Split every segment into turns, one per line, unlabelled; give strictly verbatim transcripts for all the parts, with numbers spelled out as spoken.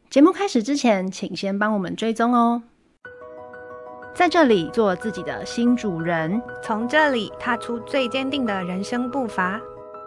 节目开始之前，请先帮我们追踪哦。在这里做自己的新主人，
从这里踏出最坚定的人生步伐。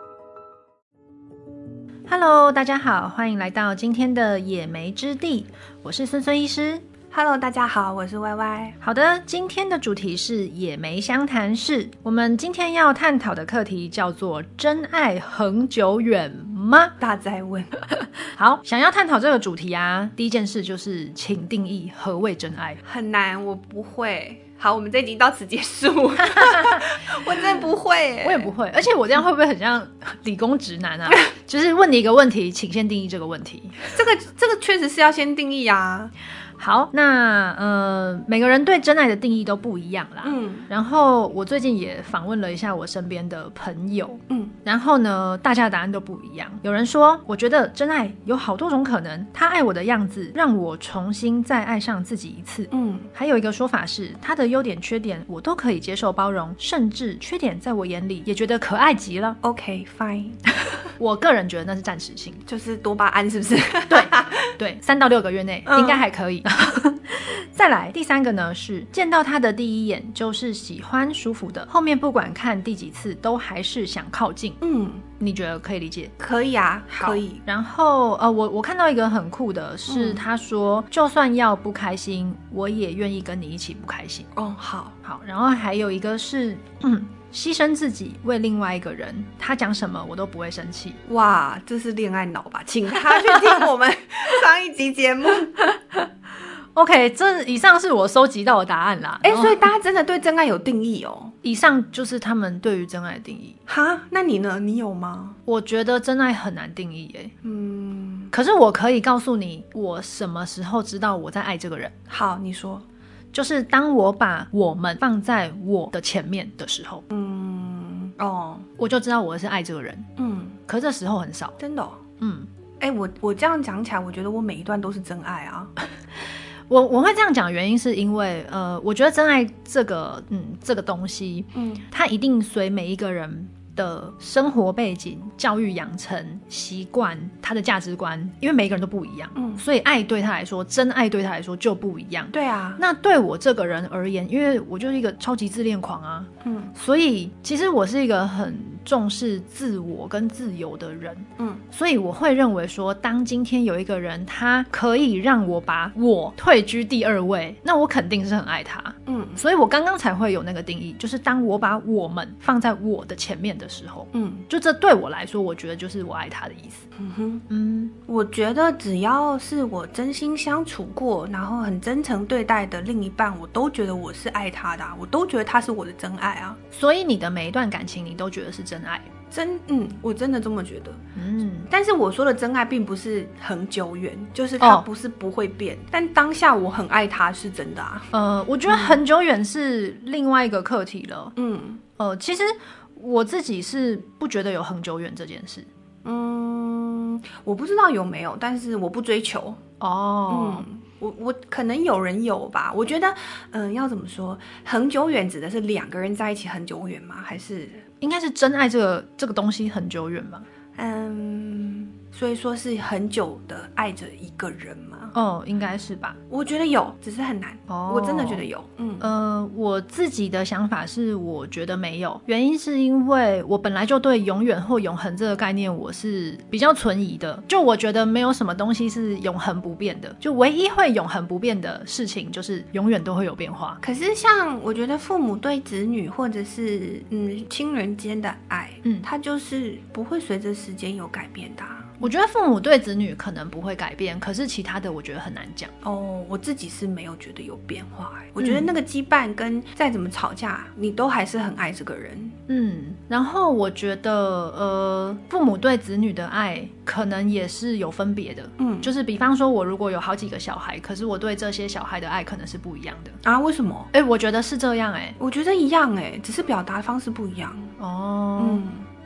Hello， 大家好，欢迎来到今天的野莓之地，我是孙孙医师。
Hello， 大家好，我是 Y Y。
好的，今天的主题是野莓相谈室。我们今天要探讨的课题叫做真爱恒久远吗？
大在问。
好，想要探讨这个主题啊，第一件事就是请定义何谓真爱。
很难，我不会。好，我们这一集到此结束。我真的不会耶，
我也不会，而且我这样会不会很像理工直男啊？就是问你一个问题，请先定义这个问题。
这个这个确实是要先定义啊。
好，那呃，每个人对真爱的定义都不一样啦。嗯，然后我最近也访问了一下我身边的朋友，嗯，然后呢，大家的答案都不一样。有人说，我觉得真爱有好多种可能，他爱我的样子让我重新再爱上自己一次。嗯，还有一个说法是，他的优点缺点我都可以接受包容，甚至缺点在我眼里也觉得可爱极了。
OK fine。
我个人觉得那是暂时性，
就是多巴胺是不是？
对对，三到六个月内、嗯、应该还可以。再来第三个呢，是见到他的第一眼就是喜欢舒服的，后面不管看第几次都还是想靠近。嗯，你觉得可以理解？
可以啊，可以。
然后呃，我我看到一个很酷的是、嗯、他说就算要不开心我也愿意跟你一起不开心。
哦，好
好。然后还有一个是嗯牺牲自己为另外一个人，他讲什么我都不会生气。
哇，这是恋爱脑吧？请他去听我们上一集节目。
OK， 这以上是我收集到的答案啦。
哎、欸，所以大家真的对真爱有定义哦？
以上就是他们对于真爱的定义。
哈，那你呢？你有吗？
我觉得真爱很难定义耶。嗯，可是我可以告诉你，我什么时候知道我在爱这个人。
好，你说。
就是当我把我们放在我的前面的时候，嗯，哦，我就知道我是爱这个人。嗯，可是这时候很少。
真的、哦？嗯，哎、欸，我我这样讲起来，我觉得我每一段都是真爱啊。
我我会这样讲的原因是因为，呃，我觉得真爱这个，嗯，这个东西，嗯，它一定随每一个人的生活背景、教育养成、习惯、他的价值观，因为每一个人都不一样，嗯，所以爱对他来说，真爱对他来说就不一样。
对啊，
那对我这个人而言，因为我就是一个超级自恋狂啊，嗯，所以其实我是一个很重视自我跟自由的人，嗯，所以我会认为说，当今天有一个人他可以让我把我退居第二位，那我肯定是很爱他，嗯，所以我刚刚才会有那个定义，就是当我把我们放在我的前面的时候，嗯，就这对我来说，我觉得就是我爱他的意思。嗯哼，
嗯，我觉得只要是我真心相处过，然后很真诚对待的另一半，我都觉得我是爱他的、啊，我都觉得他是我的真爱啊。
所以你的每一段感情，你都觉得是真爱？
真，嗯，我真的这么觉得。嗯，但是我说的真爱并不是很久远，就是他不是不会变、哦、但当下我很爱他是真的啊。
呃，我觉得很久远是另外一个课题了。嗯，呃，其实我自己是不觉得有很久远这件事。
嗯，我不知道有没有，但是我不追求。哦，嗯，我我可能有人有吧。我觉得，嗯、呃，要怎么说？很久远指的是两个人在一起很久远吗？还是
应该是真爱这个这个东西很久远吧？
嗯，所以说是很久的爱着一个人吗？
哦，应该是吧。
我觉得有，只是很难。哦，我真的觉得有。嗯，
呃，我自己的想法是，我觉得没有。原因是因为我本来就对永远或永恒这个概念我是比较存疑的。就我觉得没有什么东西是永恒不变的，就唯一会永恒不变的事情就是永远都会有变化。
可是像我觉得父母对子女或者是嗯亲人间的爱，嗯，它就是不会随着时间有改变的、啊。
我觉得父母对子女可能不会改变，可是其他的我觉得很难讲。
哦，我自己是没有觉得有变化、欸、我觉得那个羁绊跟再怎么吵架、嗯、你都还是很爱这个人。
嗯，然后我觉得呃，父母对子女的爱可能也是有分别的。嗯，就是比方说我如果有好几个小孩，可是我对这些小孩的爱可能是不一样的
啊。为什么？
哎、欸，我觉得是这样。哎、欸，
我觉得一样。哎、欸，只是表达方式不一样。
哦，嗯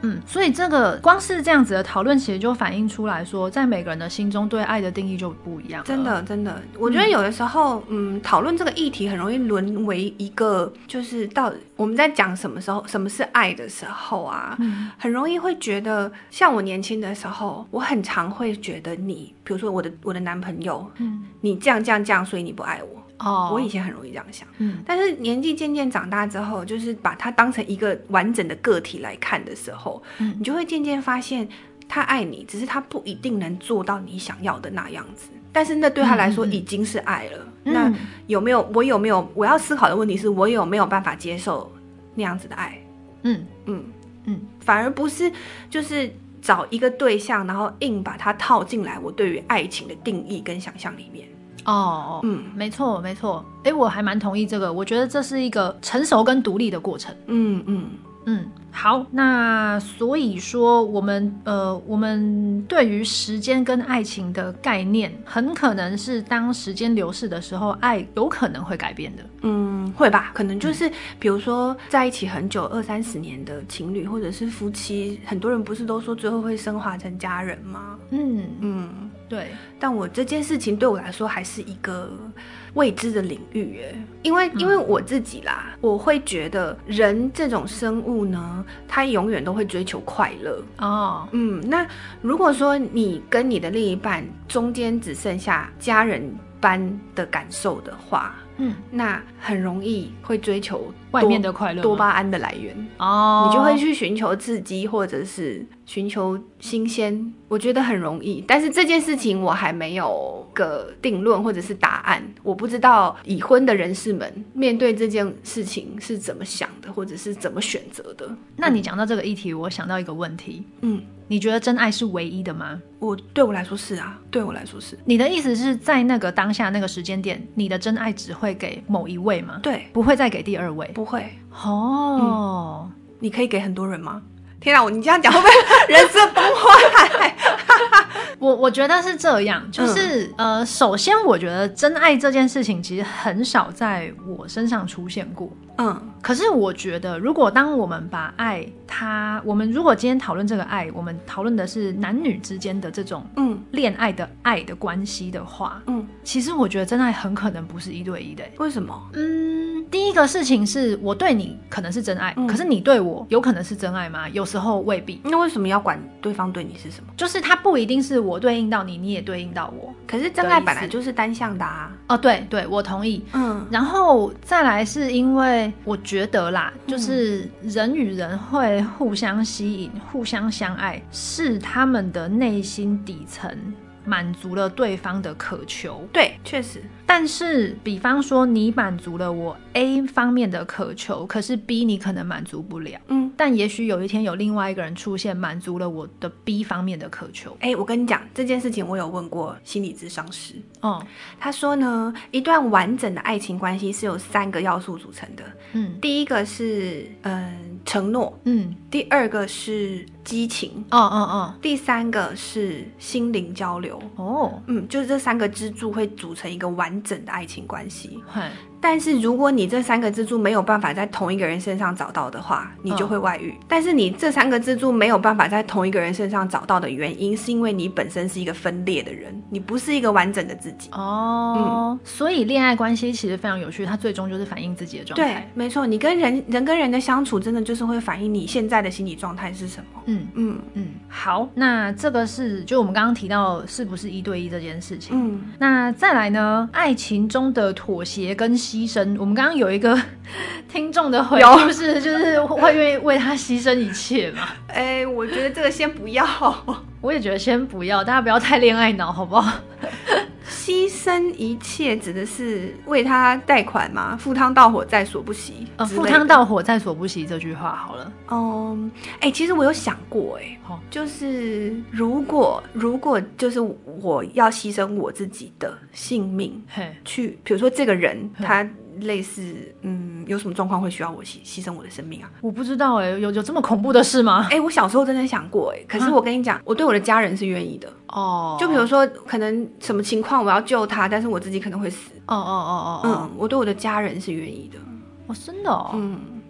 嗯，所以这个光是这样子的讨论，其实就反映出来说，在每个人的心中对爱的定义就不一样了。
真的真的，我觉得有的时候，嗯，讨论这个议题很容易沦为一个，就是到我们在讲什么时候什么是爱的时候啊，嗯，很容易会觉得，像我年轻的时候，我很常会觉得你，比如说我的我的男朋友，嗯，你这样这样这样，所以你不爱我。哦，我以前很容易这样想，嗯，但是年纪渐渐长大之后，就是把它当成一个完整的个体来看的时候，嗯，你就会渐渐发现他爱你，只是他不一定能做到你想要的那样子，但是那对他来说已经是爱了。嗯，那有没有我有没有我要思考的问题是我有没有办法接受那样子的爱？嗯嗯嗯，反而不是就是找一个对象，然后硬把它套进来我对于爱情的定义跟想象里面。
哦，嗯，没错没错，哎，我还蛮同意这个，我觉得这是一个成熟跟独立的过程。嗯嗯嗯，好，那所以说我们呃，我们对于时间跟爱情的概念，很可能是当时间流逝的时候，爱有可能会改变的。
嗯，会吧，可能就是、嗯、比如说在一起很久二三十年的情侣或者是夫妻，很多人不是都说最后会升华成家人吗？嗯嗯，对。但我这件事情对我来说还是一个未知的领域耶，因为因为我自己啦、嗯，我会觉得人这种生物呢，他永远都会追求快乐哦。嗯，那如果说你跟你的另一半中间只剩下家人般的感受的话，嗯，那很容易会追求
外面的快乐，
多巴胺的来源哦，你就会去寻求刺激或者是寻求新鲜，我觉得很容易。但是这件事情我还没有个定论或者是答案，我不知道已婚的人士们面对这件事情是怎么想的，或者是怎么选择的。
那你讲到这个议题，我想到一个问题，嗯，你觉得真爱是唯一的吗？
我对我来说是啊，对我来说是。
你的意思是在那个当下那个时间点，你的真爱只会给某一位吗？
对，
不会再给第二位？
不会。
哦、嗯，
你可以给很多人吗？天啊，你这样讲会不会人设崩坏？
我我觉得是这样，就是、嗯、呃，首先我觉得真爱这件事情其实很少在我身上出现过。嗯，可是我觉得如果当我们把爱它我们如果今天讨论这个爱，我们讨论的是男女之间的这种嗯恋爱的爱的关系的话，嗯，其实我觉得真爱很可能不是一对一的。
为什么？
嗯，第一个事情是我对你可能是真爱、嗯、可是你对我有可能是真爱吗？有时候未必。
那为什么要管对方对你是什么？
就是它不一定是我对应到你，你也对应到我。
可是真爱本来就是单向的啊。
哦，对对，我同意。嗯，然后再来是因为我觉得啦，就是人与人会互相吸引、互相相爱，是他们的内心底层满足了对方的渴求。
对，确实。
但是比方说你满足了我 A 方面的渴求，可是 B 你可能满足不了。嗯，但也许有一天有另外一个人出现，满足了我的 B 方面的渴求。
哎、欸，我跟你讲这件事情，我有问过心理咨商师。哦、嗯，他说呢，一段完整的爱情关系是由三个要素组成的。嗯，第一个是嗯承诺，嗯，第二个是激情，哦哦哦，第三个是心灵交流。哦，嗯，就是这三个支柱会组成一个完整的爱情关系。但是如果你这三个支柱没有办法在同一个人身上找到的话，你就会外遇、嗯、但是你这三个支柱没有办法在同一个人身上找到的原因，是因为你本身是一个分裂的人，你不是一个完整的自己。
哦、嗯，所以恋爱关系其实非常有趣，它最终就是反映自己的状态。
对，没错，你跟人人跟人的相处真的就是会反映你现在的心理状态是什么。嗯
嗯嗯，好，那这个是就我们刚刚提到是不是一对一这件事情。嗯，那再来呢，爱情中的妥协跟牺牲，我们刚刚有一个听众的回复是就是会愿意为他牺牲一切嘛？
哎、欸，我觉得这个先不要。
我也觉得先不要，大家不要太恋爱脑好不好？
牺牲一切指的是为他贷款吗？赴汤蹈火在所不惜。
呃，赴汤蹈火在所不惜这句话好了。
嗯，哎、欸，其实我有想过、欸，哎、哦，就是如果如果就是我要牺牲我自己的性命，去，比如说这个人他类似，嗯，有什么状况会需要我牺牺牲我的生命啊？
我不知道、欸，哎，有有这么恐怖的事吗？
哎、欸，我小时候真的想过、欸，哎，可是我跟你讲，我对我的家人是愿意的。哦，就比如说可能什么情况我要救他，但是我自己可能会死。哦哦哦哦，嗯，我对我的家人是愿意的。
哦，真的哦。
嗯，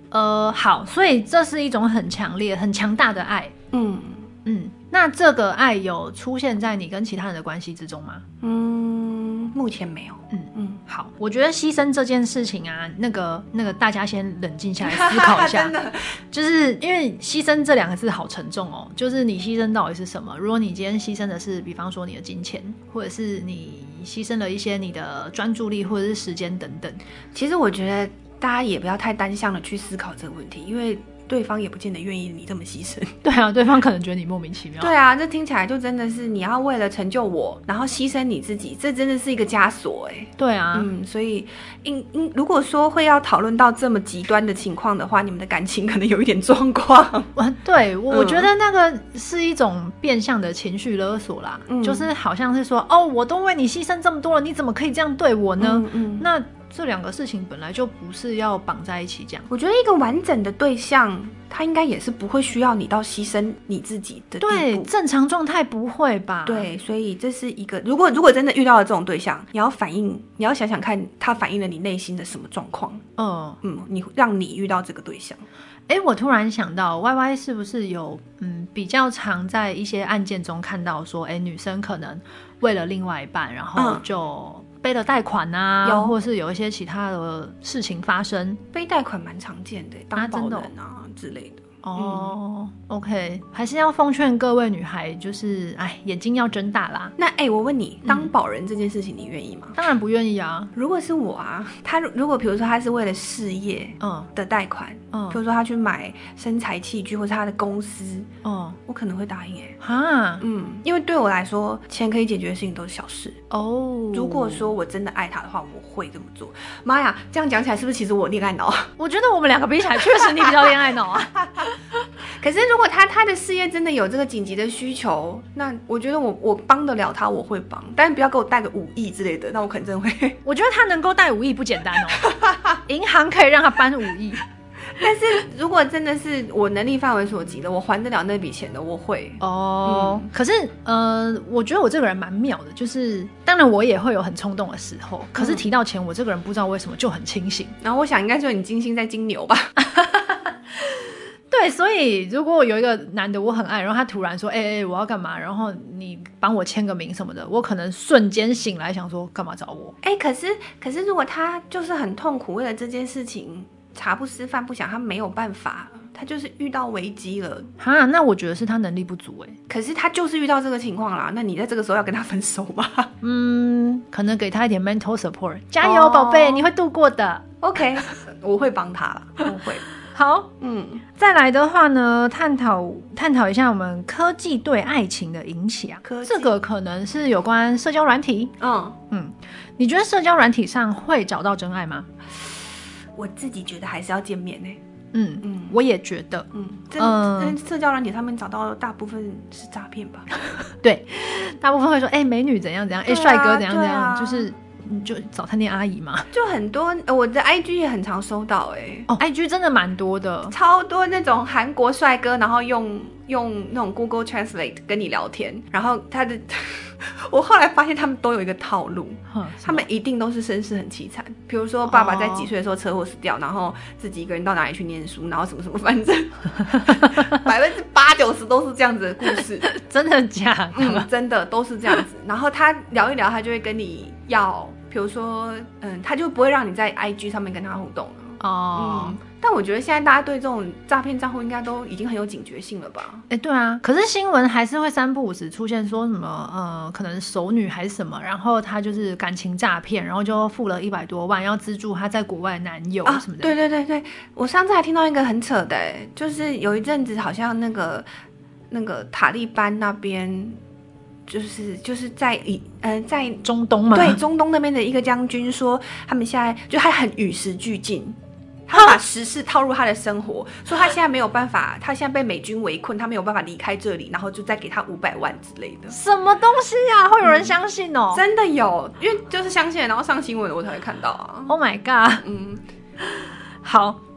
呃，好，所以这是一种很强烈、很强大的爱。嗯嗯，那这个爱有出现在你跟其他人的关系之中吗？
嗯，目前没有。嗯
嗯，好，我觉得牺牲这件事情啊，那个那个，大家先冷静下来思考一下。
真的，
就是因为牺牲这两个字好沉重哦。就是你牺牲到底是什么？如果你今天牺牲的是，比方说你的金钱，或者是你牺牲了一些你的专注力，或者是时间等等，
其实我觉得大家也不要太单向的去思考这个问题，因为对方也不见得愿意你这么牺牲。
对啊，对方可能觉得你莫名其妙。
对啊，这听起来就真的是你要为了成就我，然后牺牲你自己，这真的是一个枷锁哎。
对啊，
嗯，所以因因如果说会要讨论到这么极端的情况的话，你们的感情可能有一点状况。
对，我觉得那个是一种变相的情绪勒索啦，嗯、就是好像是说，哦，我都为你牺牲这么多了，你怎么可以这样对我呢？嗯嗯，那这两个事情本来就不是要绑在一起讲。
我觉得一个完整的对象，他应该也是不会需要你到牺牲你自己的地步。
对，正常状态不会吧？
对，所以这是一个，如果如果真的遇到了这种对象，你要反映，你要想想看，他反映了你内心的什么状况。嗯嗯，你让你遇到这个对象。
哎，我突然想到 Y Y 是不是有嗯比较常在一些案件中看到说，哎，女生可能为了另外一半，然后就背了贷款啊，有或是有一些其他的事情发生。
背贷款蛮常见的，当保人啊之类的。
哦、嗯、，OK， 还是要奉劝各位女孩，就是哎，眼睛要睁大啦。
那哎，我问你，当保人这件事情，你愿意吗？
当然不愿意啊。
如果是我啊，他如果比如说他是为了事业的贷款，嗯，比如说他去买生财器具或是他的公司，嗯，我可能会答应哎、欸。哈，嗯，因为对我来说，钱可以解决的事情都是小事哦。如果说我真的爱他的话，我会这么做。妈呀，这样讲起来是不是其实我恋爱脑？
我觉得我们两个比起来，确实你比较恋爱脑啊。
可是如果他他的事业真的有这个紧急的需求，那我觉得我我帮得了他，我会帮，但是不要给我贷个五亿之类的，那我可能真的会。
我觉得他能够贷五亿不简单哦，银行可以让他搬五亿。
但是如果真的是我能力范围所及的，我还得了那笔钱的，我会
哦、嗯。可是呃，我觉得我这个人蛮妙的，就是当然我也会有很冲动的时候，可是提到钱，我这个人不知道为什么就很清醒。
然后我想应该说你金星在金牛吧。
对，所以如果有一个男的我很爱，然后他突然说哎哎、欸欸、我要干嘛，然后你帮我签个名什么的，我可能瞬间醒来想说干嘛找我。
哎、欸，可是可是如果他就是很痛苦，为了这件事情茶不思饭不想，他没有办法，他就是遇到危机了
哈，那我觉得是他能力不足哎、欸。
可是他就是遇到这个情况啦，那你在这个时候要跟他分手吗？
嗯，可能给他一点 mental support， 加油宝贝、哦，你会度过的。
OK， 我会帮他啦，我会。
好，嗯，再来的话呢，探讨探讨一下我们科技对爱情的影响。这个可能是有关社交软体。嗯嗯，你觉得社交软体上会找到真爱吗？
我自己觉得还是要见面呢、欸。
嗯嗯，我也觉得，嗯，
在、嗯、社交软体上面找到的大部分是诈骗吧？
对，大部分会说，哎、欸，美女怎样怎样，哎、欸，帅、啊、哥怎样怎样，啊、就是你就早餐店阿姨嘛，
就很多。我的 I G 也很常收到、欸，哎，
哦 ，I G 真的蛮多的，
超多那种韩国帅哥，然后用用那种 Google Translate 跟你聊天，然后他的。我后来发现他们都有一个套路，他们一定都是身世很凄惨，比如说爸爸在几岁的时候车祸死掉，然后自己一个人到哪里去念书，然后什么什么，反正百分之八九十都是这样子的故事。
真的假的？
嗯，真的都是这样子。然后他聊一聊，他就会跟你要，比如说，嗯，他就不会让你在 I G 上面跟他互动了。哦、嗯，但我觉得现在大家对这种诈骗账户应该都已经很有警觉性了吧？
哎、欸，对啊，可是新闻还是会三不五时出现说什么呃，可能熟女还是什么，然后他就是感情诈骗，然后就付了一百多万要资助他在国外男友什么的、啊。
对对对对，我上次还听到一个很扯的，就是有一阵子好像那个那个塔利班那边。就是就是在呃在
中东嘛，
对中东那边的一个将军说，他们现在就还很与时俱进，他把时事套入他的生活，说他现在没有办法，他现在被美军围困，他没有办法离开这里，然后就再给他五百万之类的。
什么东西啊？会有人相信哦？
嗯、真的有，因为就是相信，然后上新闻我才会看到啊。
Oh my god！ 嗯，好。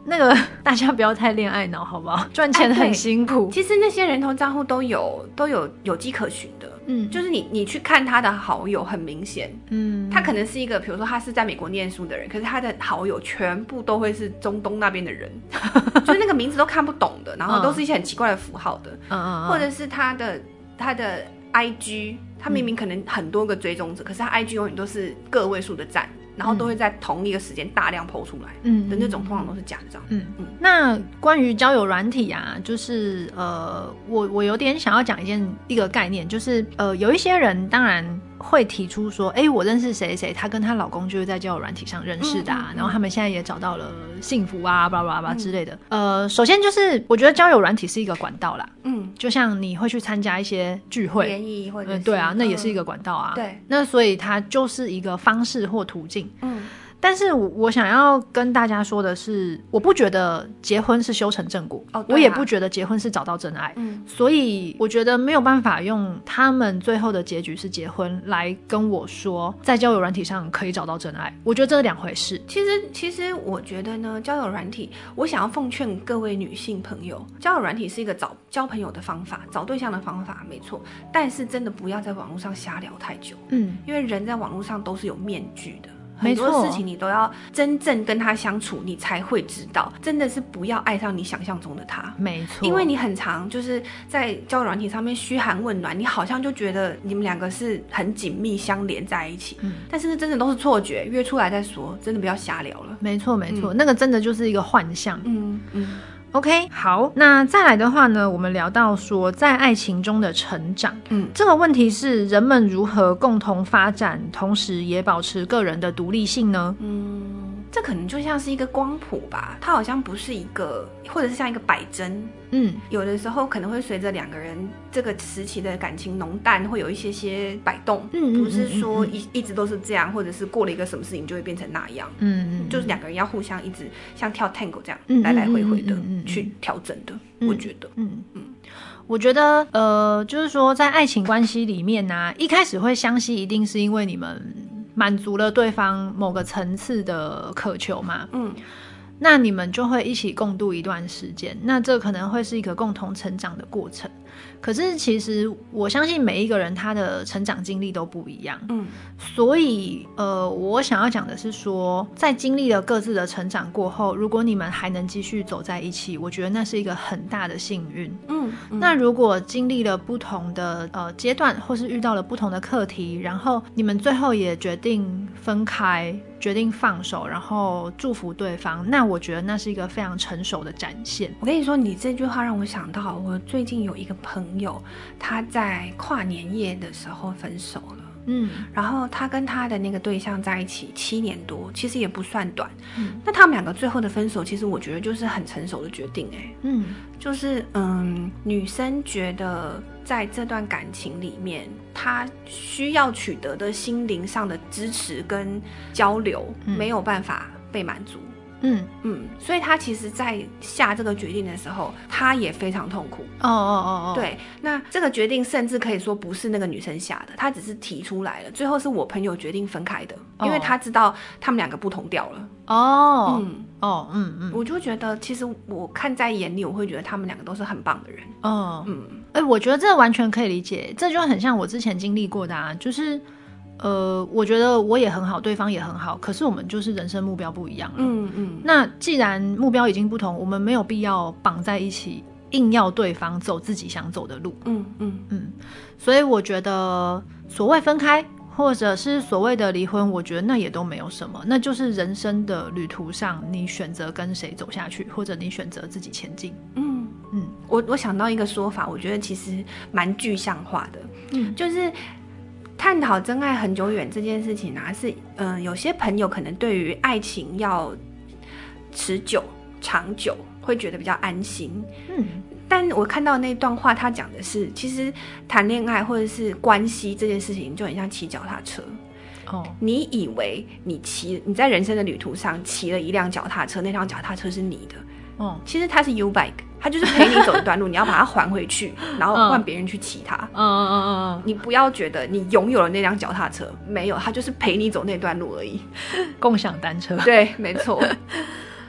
那个大家不要太恋爱脑好不好？赚钱很辛苦、
哎、其实那些人头账户都有都有有迹可循的。嗯，就是你你去看他的好友很明显，嗯，他可能是一个比如说他是在美国念书的人，可是他的好友全部都会是中东那边的人就是那个名字都看不懂的，然后都是一些很奇怪的符号的，嗯嗯，或者是他的他的 I G， 他明明可能很多个追踪者、嗯、可是他 I G 永远都是个位数的赞，然后都会在同一个时间大量 po 出来的那种，通常都是假的账。嗯
嗯。那关于交友软体啊，就是呃，我我有点想要讲一件一个概念，就是呃，有一些人当然会提出说，哎，我认识谁谁，她跟她老公就是在交友软体上认识的啊，嗯嗯嗯，然后他们现在也找到了幸福啊，巴拉巴拉之类的。嗯、呃，首先就是我觉得交友软体是一个管道啦，嗯，就像你会去参加一些聚会、
联谊或者是、
嗯、对啊，那也是一个管道啊。
对，
那所以它就是一个方式或途径。嗯。但是我想要跟大家说的是，我不觉得结婚是修成正果、哦啊、我也不觉得结婚是找到真爱、嗯、所以我觉得没有办法用他们最后的结局是结婚来跟我说在交友软体上可以找到真爱，我觉得这是两回事。
其实其实我觉得呢，交友软体我想要奉劝各位女性朋友，交友软体是一个找交朋友的方法，找对象的方法没错，但是真的不要在网络上瞎聊太久，嗯，因为人在网络上都是有面具的，很多事情你都要真正跟他相处你才会知道，真的是不要爱上你想象中的他。
没错，
因为你很常就是在交友软体上面嘘寒问暖，你好像就觉得你们两个是很紧密相连在一起、嗯、但是真的都是错觉，约出来再说，真的不要瞎聊了。
没错没错、嗯、那个真的就是一个幻象。嗯
嗯
OK， 好，那再来的话呢，我们聊到说在爱情中的成长，嗯，这个问题是人们如何共同发展，同时也保持个人的独立性呢？
嗯，这可能就像是一个光谱吧，它好像不是一个，或者是像一个摆针。嗯，有的时候可能会随着两个人这个时期的感情浓淡会有一些些摆动，嗯，不是说一一直都是这样，或者是过了一个什么事情就会变成那样，嗯嗯，就是两个人要互相一直像跳 tango 这样、嗯、来来回回的去调整的、嗯、我觉得，嗯嗯，
我觉得呃，就是说在爱情关系里面啊，一开始会相吸，一定是因为你们满足了对方某个层次的渴求嘛，嗯。那你们就会一起共度一段时间，那这可能会是一个共同成长的过程。可是其实我相信每一个人他的成长经历都不一样，嗯，所以呃，我想要讲的是说，在经历了各自的成长过后，如果你们还能继续走在一起，我觉得那是一个很大的幸运，嗯。嗯，那如果经历了不同的呃阶段，或是遇到了不同的课题，然后你们最后也决定分开，决定放手，然后祝福对方，那我觉得那是一个非常成熟的展现。
我跟你说，你这句话让我想到，我最近有一个朋友，他在跨年夜的时候分手了。嗯，然后他跟他的那个对象在一起七年多，其实也不算短。嗯，那他们两个最后的分手，其实我觉得就是很成熟的决定、欸。哎，嗯，就是嗯，女生觉得在这段感情里面，她需要取得的心灵上的支持跟交流、嗯、没有办法被满足。嗯嗯，所以他其实在下这个决定的时候，他也非常痛苦。哦哦哦哦，对，那这个决定甚至可以说不是那个女生下的，他只是提出来了，最后是我朋友决定分开的，因为他知道他们两个不同调了。哦，嗯，哦，嗯嗯，我就觉得其实我看在眼里，我会觉得他们两个都是很棒的人。哦，嗯，
哎、欸，我觉得这完全可以理解，这就很像我之前经历过的啊，就是。呃，我觉得我也很好，对方也很好，可是我们就是人生目标不一样了。嗯嗯。那既然目标已经不同，我们没有必要绑在一起，硬要对方走自己想走的路。嗯嗯嗯。所以我觉得，所谓分开，或者是所谓的离婚，我觉得那也都没有什么，那就是人生的旅途上，你选择跟谁走下去，或者你选择自己前进。嗯
嗯。我我想到一个说法，我觉得其实蛮具象化的。嗯，就是。探讨真爱很久远这件事情啊，是嗯、呃，有些朋友可能对于爱情要持久、长久，会觉得比较安心。嗯，但我看到那段话，他讲的是，其实谈恋爱或者是关系这件事情，就很像骑脚踏车。哦，你以为你骑你在人生的旅途上骑了一辆脚踏车，那辆脚踏车是你的。哦，其实它是 U bike， 它就是陪你走一段路，你要把它还回去，然后换别人去骑它。嗯嗯嗯嗯，你不要觉得你拥有了那辆脚踏车，没有，它就是陪你走那段路而已。
共享单车。
对，没错。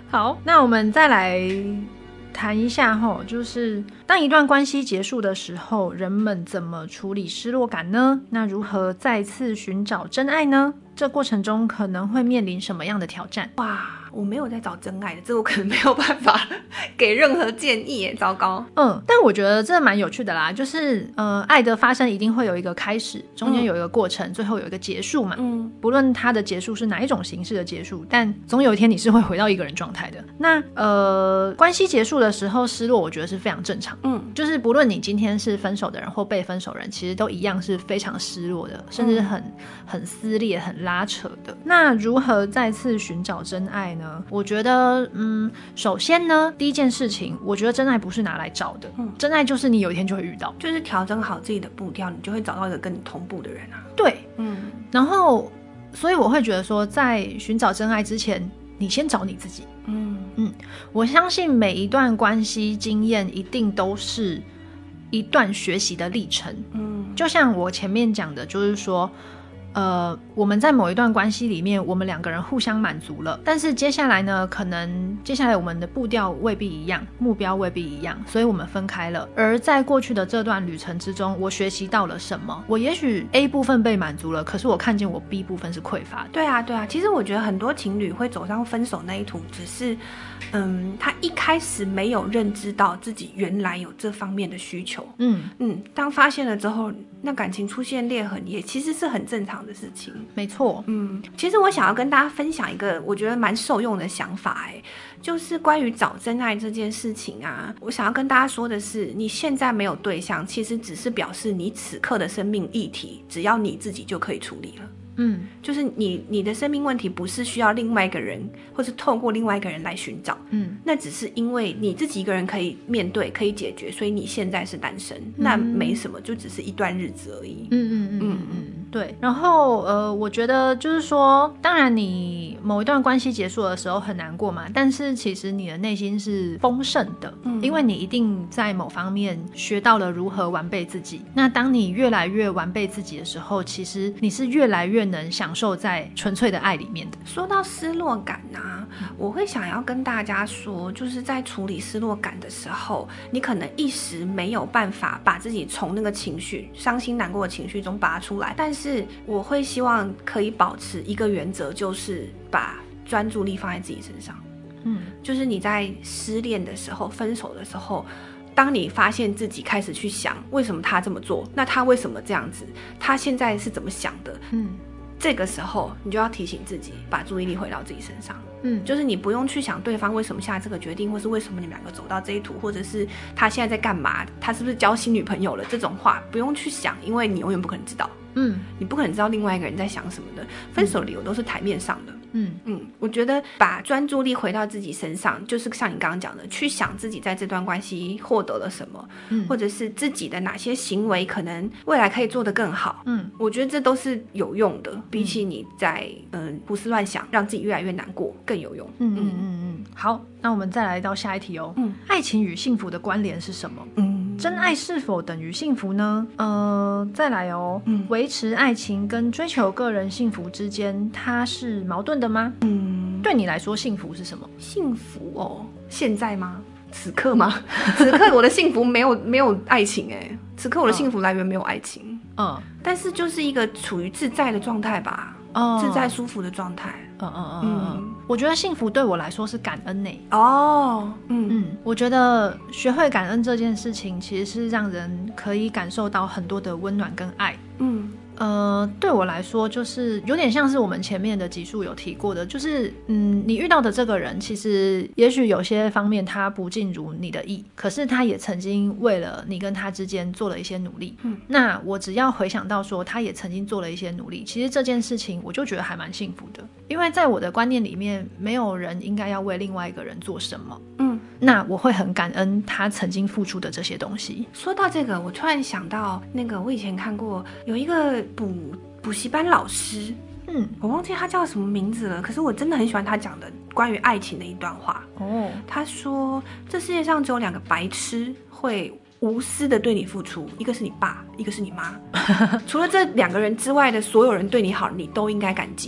好，那我们再来谈一下齁，就是当一段关系结束的时候，人们怎么处理失落感呢？那如何再次寻找真爱呢？这过程中可能会面临什么样的挑战？
哇，我没有在找真爱的，这我可能没有办法给任何建议耶，糟糕。
嗯，但我觉得这蛮有趣的啦，就是呃，爱的发生一定会有一个开始，中间有一个过程，嗯、最后有一个结束嘛。嗯，不论它的结束是哪一种形式的结束，但总有一天你是会回到一个人状态的。那呃，关系结束的时候失落，我觉得是非常正常。嗯，就是不论你今天是分手的人或被分手人，其实都一样是非常失落的，甚至很很撕裂、很拉扯的。那如何再次寻找真爱呢？我觉得，嗯，首先呢，第一件事情，我觉得真爱不是拿来找的，嗯，真爱就是你有一天就会遇到，
就是调整好自己的步调，你就会找到一个跟你同步的人啊。
对，嗯，然后，所以我会觉得说，在寻找真爱之前，你先找你自己。嗯嗯，我相信每一段关系经验一定都是一段学习的历程。嗯，就像我前面讲的，就是说。呃，我们在某一段关系里面，我们两个人互相满足了，但是接下来呢，可能接下来我们的步调未必一样，目标未必一样，所以我们分开了。而在过去的这段旅程之中，我学习到了什么？我也许 A 部分被满足了，可是我看见我 B 部分是匮乏的。
对啊，对啊，其实我觉得很多情侣会走上分手那一途，只是，嗯，他一开始没有认知到自己原来有这方面的需求。嗯嗯，当发现了之后，那感情出现裂痕也其实是很正常的事情。
没错。
嗯，其实我想要跟大家分享一个我觉得蛮受用的想法，哎，就是关于找真爱这件事情啊，我想要跟大家说的是，你现在没有对象，其实只是表示你此刻的生命议题，只要你自己就可以处理了。嗯，就是你你的生命问题不是需要另外一个人，或是透过另外一个人来寻找，嗯，那只是因为你自己一个人可以面对，可以解决，所以你现在是单身，嗯、那没什么，就只是一段日子而已。
嗯嗯嗯嗯嗯，对。然后呃，我觉得就是说，当然你某一段关系结束的时候很难过嘛，但是其实你的内心是丰盛的，嗯，因为你一定在某方面学到了如何完备自己。那当你越来越完备自己的时候，其实你是越来越能享受在纯粹的爱里面的。
说到失落感啊，我会想要跟大家说，就是在处理失落感的时候，你可能一时没有办法把自己从那个情绪伤心难过的情绪中拔出来，但是我会希望可以保持一个原则，就是把专注力放在自己身上。嗯，就是你在失恋的时候、分手的时候，当你发现自己开始去想为什么他这么做，那他为什么这样子，他现在是怎么想的，嗯，这个时候你就要提醒自己把注意力回到自己身上。嗯，就是你不用去想对方为什么下这个决定，或是为什么你们两个走到这一途，或者是他现在在干嘛，他是不是交新女朋友了，这种话不用去想，因为你永远不可能知道。嗯，你不可能知道另外一个人在想什么的，分手理由都是台面上的。嗯嗯，我觉得把专注力回到自己身上，就是像你刚刚讲的，去想自己在这段关系获得了什么，嗯，或者是自己的哪些行为可能未来可以做得更好。嗯，我觉得这都是有用的，比起你在嗯胡思乱想，让自己越来越难过更有用。
嗯嗯嗯嗯，好，那我们再来到下一题哦。嗯，爱情与幸福的关联是什么？嗯，真爱是否等于幸福呢？呃，再来哦，嗯，维持爱情跟追求个人幸福之间，它是矛盾的吗？嗯，对你来说幸福是什么？
幸福哦，现在吗？此刻吗？此刻我的幸福没有没有爱情哎，此刻我的幸福来源没有爱情。嗯，但是就是一个处于自在的状态吧。哦，自在舒服的状态。嗯嗯
嗯嗯，我觉得幸福对我来说是感恩呢。
哦，嗯
嗯，我觉得学会感恩这件事情，其实是让人可以感受到很多的温暖跟爱。嗯。呃，对我来说，就是有点像是我们前面的集数有提过的，就是嗯，你遇到的这个人，其实也许有些方面他不尽如你的意，可是他也曾经为了你跟他之间做了一些努力。嗯，那我只要回想到说，他也曾经做了一些努力，其实这件事情我就觉得还蛮幸福的，因为在我的观念里面，没有人应该要为另外一个人做什么。嗯，那我会很感恩他曾经付出的这些东西。
说到这个，我突然想到那个我以前看过有一个补补习班老师，嗯，我忘记他叫什么名字了，可是我真的很喜欢他讲的关于爱情的一段话。哦，他说这世界上只有两个白痴会无私的对你付出，一个是你爸，一个是你妈。除了这两个人之外的所有人对你好，你都应该感激。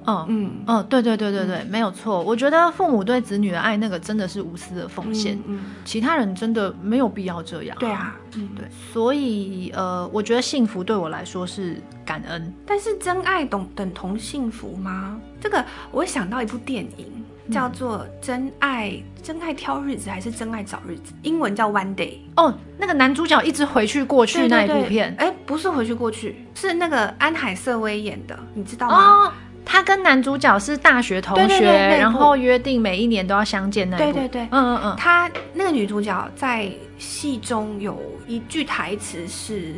嗯嗯嗯，对对对对对、嗯，没有错。我觉得父母对子女的爱，那个真的是无私的奉献、嗯嗯，其他人真的没有必要这样、啊。
对啊，
嗯对。所以呃，我觉得幸福对我来说是感恩。
但是真爱等等同幸福吗？这个我会想到一部电影。叫做真爱真爱挑日子还是真爱找日子，英文叫 One Day。
哦，那个男主角一直回去过去那一部片。
哎，不是回去过去，是那个安海瑟薇演的，你知道吗？
哦，他跟男主角是大学同学，对对对，然后约定每一年都要相见那一部。
对对对，
嗯嗯嗯。
他那个女主角在戏中有一句台词是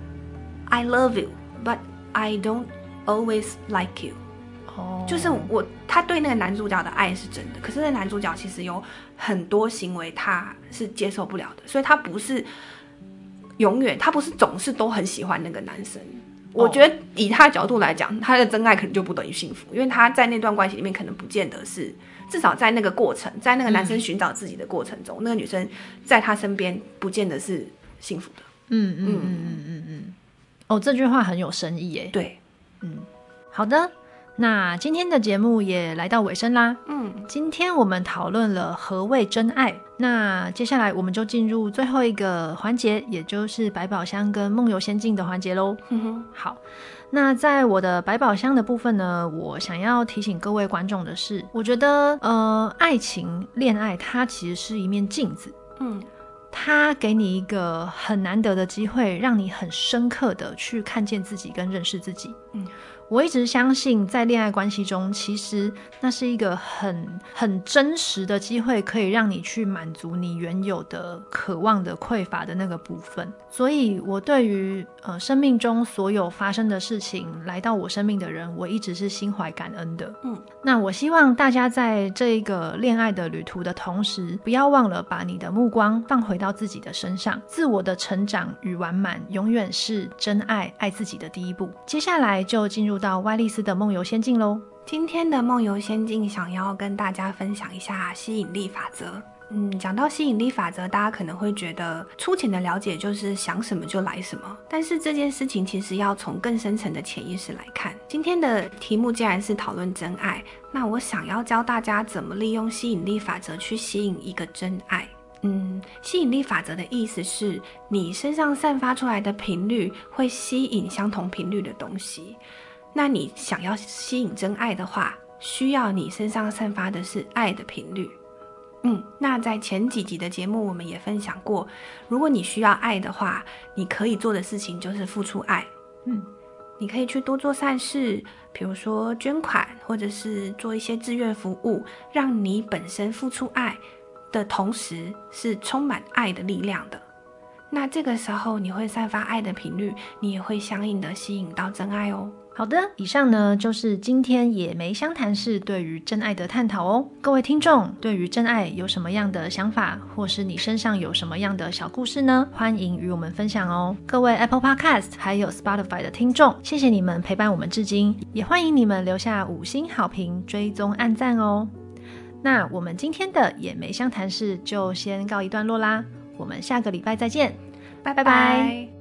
I love you but I don't always like you。Oh. 就是我，他对那个男主角的爱是真的，可是那男主角其实有很多行为他是接受不了的，所以他不是永远，他不是总是都很喜欢那个男生。Oh. 我觉得以他的角度来讲，他的真爱可能就不等于幸福，因为他在那段关系里面可能不见得是，至少在那个过程，在那个男生寻找自己的过程中，嗯、那个女生在他身边不见得是幸福的。
嗯嗯嗯嗯嗯嗯。哦，这句话很有深意耶。
对，
嗯，好的。那今天的节目也来到尾声啦。嗯，今天我们讨论了何谓真爱，那接下来我们就进入最后一个环节，也就是百宝箱跟梦游仙境的环节咯。嗯哼，好，那在我的百宝箱的部分呢，我想要提醒各位观众的是，我觉得呃，爱情恋爱它其实是一面镜子。嗯，它给你一个很难得的机会，让你很深刻的去看见自己跟认识自己。嗯，我一直相信在恋爱关系中，其实那是一个很很真实的机会，可以让你去满足你原有的渴望的匮乏的那个部分。所以我对于呃生命中所有发生的事情，来到我生命的人，我一直是心怀感恩的。嗯，那我希望大家在这个恋爱的旅途的同时，不要忘了把你的目光放回到自己的身上，自我的成长与完满永远是真爱爱自己的第一步。接下来就进入到歪丽丝的梦游仙境咯。
今天的梦游仙境想要跟大家分享一下吸引力法则。嗯，讲到吸引力法则，大家可能会觉得粗浅的了解就是想什么就来什么，但是这件事情其实要从更深层的潜意识来看。今天的题目既然是讨论真爱，那我想要教大家怎么利用吸引力法则去吸引一个真爱。嗯，吸引力法则的意思是你身上散发出来的频率会吸引相同频率的东西，那你想要吸引真爱的话，需要你身上散发的是爱的频率。嗯，那在前几集的节目我们也分享过，如果你需要爱的话，你可以做的事情就是付出爱。嗯，你可以去多做善事，比如说捐款，或者是做一些志愿服务，让你本身付出爱的同时是充满爱的力量的。那这个时候你会散发爱的频率，你也会相应的吸引到真爱哦。
好的，以上呢就是今天野莓相谈室对于真爱的探讨哦。各位听众对于真爱有什么样的想法，或是你身上有什么样的小故事呢？欢迎与我们分享哦。各位 Apple Podcast 还有 Spotify 的听众，谢谢你们陪伴我们至今，也欢迎你们留下五星好评，追踪按赞哦。那我们今天的野莓相谈室就先告一段落啦，我们下个礼拜再见，拜拜拜。